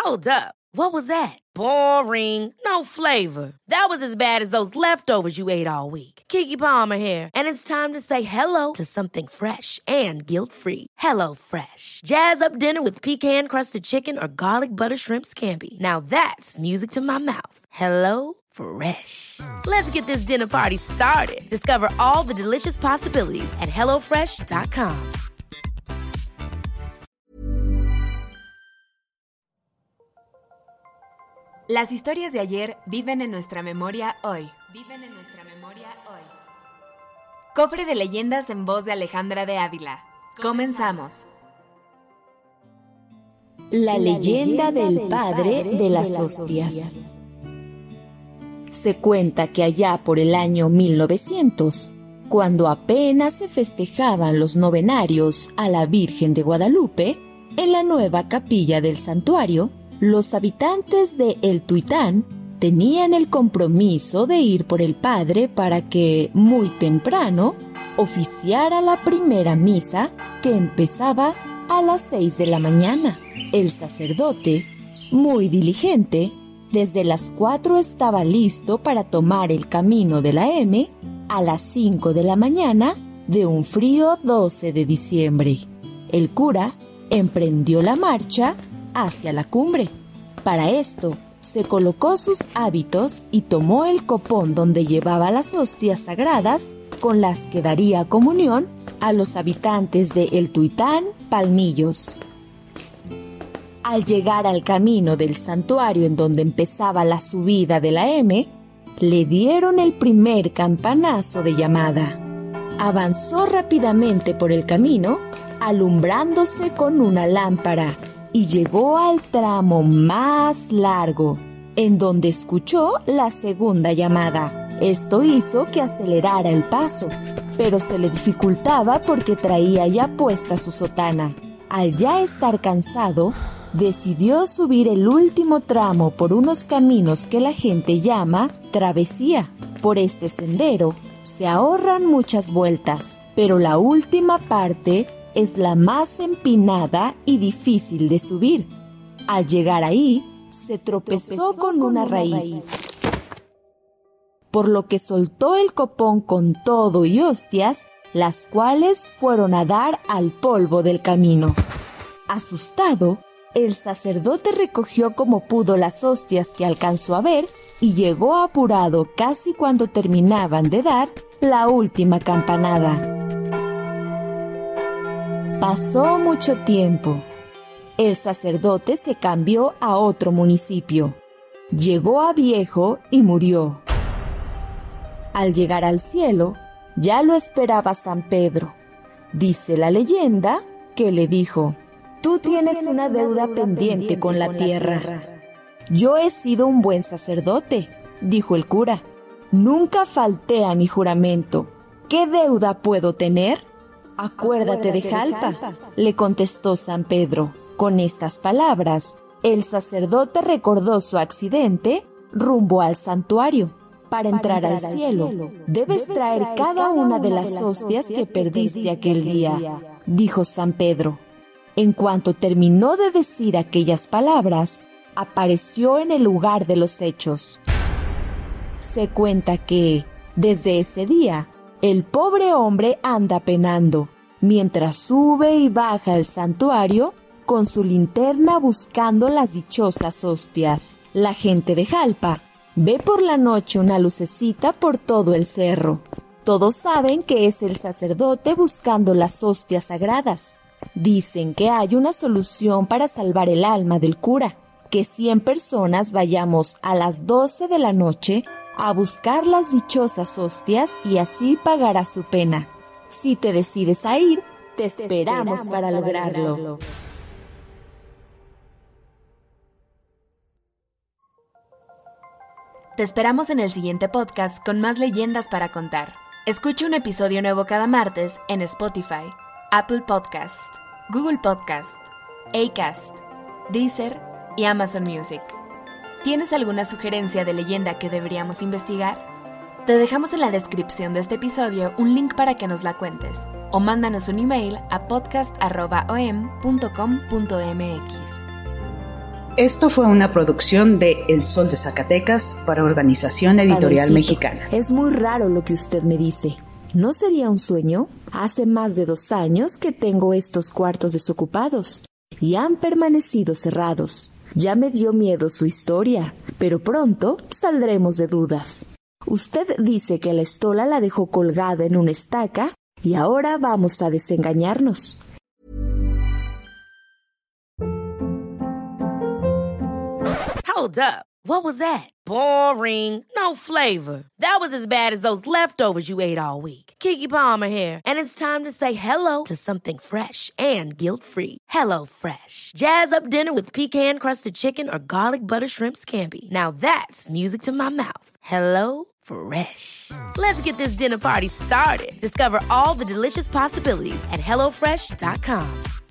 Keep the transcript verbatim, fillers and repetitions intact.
Hold up. What was that? Boring. No flavor. That was as bad as those leftovers you ate all week. Keke Palmer here, and it's time to say hello to something fresh and guilt-free. Hello Fresh. Jazz up dinner with pecan-crusted chicken or garlic butter shrimp scampi. Now that's music to my mouth. Hello Fresh. Let's get this dinner party started. Discover all the delicious possibilities at hello fresh dot com. Las historias de ayer viven en nuestra memoria hoy. Viven en nuestra memoria hoy. Cofre de leyendas en voz de Alejandra de Ávila. Comenzamos. La leyenda del padre de las hostias. Se cuenta que allá por el año mil novecientos, cuando apenas se festejaban los novenarios a la Virgen de Guadalupe, en la nueva capilla del santuario, los habitantes de El Tuitán tenían el compromiso de ir por el padre para que, muy temprano, oficiara la primera misa que empezaba a las seis de la mañana. El sacerdote, muy diligente, desde las cuatro estaba listo para tomar el camino de la M a las cinco de la mañana de un frío doce de diciembre. El cura emprendió la marcha hacia la cumbre. Para esto, se colocó sus hábitos y tomó el copón donde llevaba las hostias sagradas con las que daría comunión a los habitantes de El Tuitán, Palmillos. Al llegar al camino del santuario en donde empezaba la subida de la M, le dieron el primer campanazo de llamada. Avanzó rápidamente por el camino, alumbrándose con una lámpara, y llegó al tramo más largo, en donde escuchó la segunda llamada. Esto hizo que acelerara el paso, pero se le dificultaba porque traía ya puesta su sotana. Al ya estar cansado, decidió subir el último tramo por unos caminos que la gente llama travesía. Por este sendero se ahorran muchas vueltas, pero la última parte es la más empinada y difícil de subir. Al llegar ahí, se tropezó con una raíz, por lo que soltó el copón con todo y hostias, las cuales fueron a dar al polvo del camino. Asustado, el sacerdote recogió como pudo las hostias que alcanzó a ver y llegó apurado casi cuando terminaban de dar la última campanada. Pasó mucho tiempo. El sacerdote se cambió a otro municipio. Llegó a viejo y murió. Al llegar al cielo, ya lo esperaba San Pedro. Dice la leyenda que le dijo: «Tú tienes una deuda pendiente con la tierra». «Yo he sido un buen sacerdote», dijo el cura. «Nunca falté a mi juramento. ¿Qué deuda puedo tener?» «Acuérdate de Jalpa», le contestó San Pedro. Con estas palabras, el sacerdote recordó su accidente rumbo al santuario. Para entrar al cielo, debes traer cada una de las hostias que perdiste aquel día, dijo San Pedro. En cuanto terminó de decir aquellas palabras, apareció en el lugar de los hechos. Se cuenta que, desde ese día, el pobre hombre anda penando, mientras sube y baja el santuario con su linterna buscando las dichosas hostias. La gente de Jalpa ve por la noche una lucecita por todo el cerro. Todos saben que es el sacerdote buscando las hostias sagradas. Dicen que hay una solución para salvar el alma del cura, que cien personas vayamos a las doce de la noche a buscar las dichosas hostias y así pagará su pena. Si te decides a ir, te esperamos, te esperamos para, para lograrlo. lograrlo. Te esperamos en el siguiente podcast con más leyendas para contar. Escucha un episodio nuevo cada martes en Spotify, Apple Podcast, Google Podcast, Acast, Deezer y Amazon Music. ¿Tienes alguna sugerencia de leyenda que deberíamos investigar? Te dejamos en la descripción de este episodio un link para que nos la cuentes o mándanos un email a podcast arroba o m punto com punto m x. Esto fue una producción de El Sol de Zacatecas para Organización Editorial Padrecito, Mexicana. Es muy raro lo que usted me dice. ¿No sería un sueño? Hace más de dos años que tengo estos cuartos desocupados y han permanecido cerrados. Ya me dio miedo su historia, pero pronto saldremos de dudas. Usted dice que la estola la dejó colgada en una estaca y ahora vamos a desengañarnos. Hold up. What was that? Boring. No flavor. That was as bad as those leftovers you ate all week. Keke Palmer here, and it's time to say hello to something fresh and guilt-free. Hello Fresh. Jazz up dinner with pecan-crusted chicken or garlic butter shrimp scampi. Now that's music to my mouth. Hello Fresh. Let's get this dinner party started. Discover all the delicious possibilities at hello fresh dot com.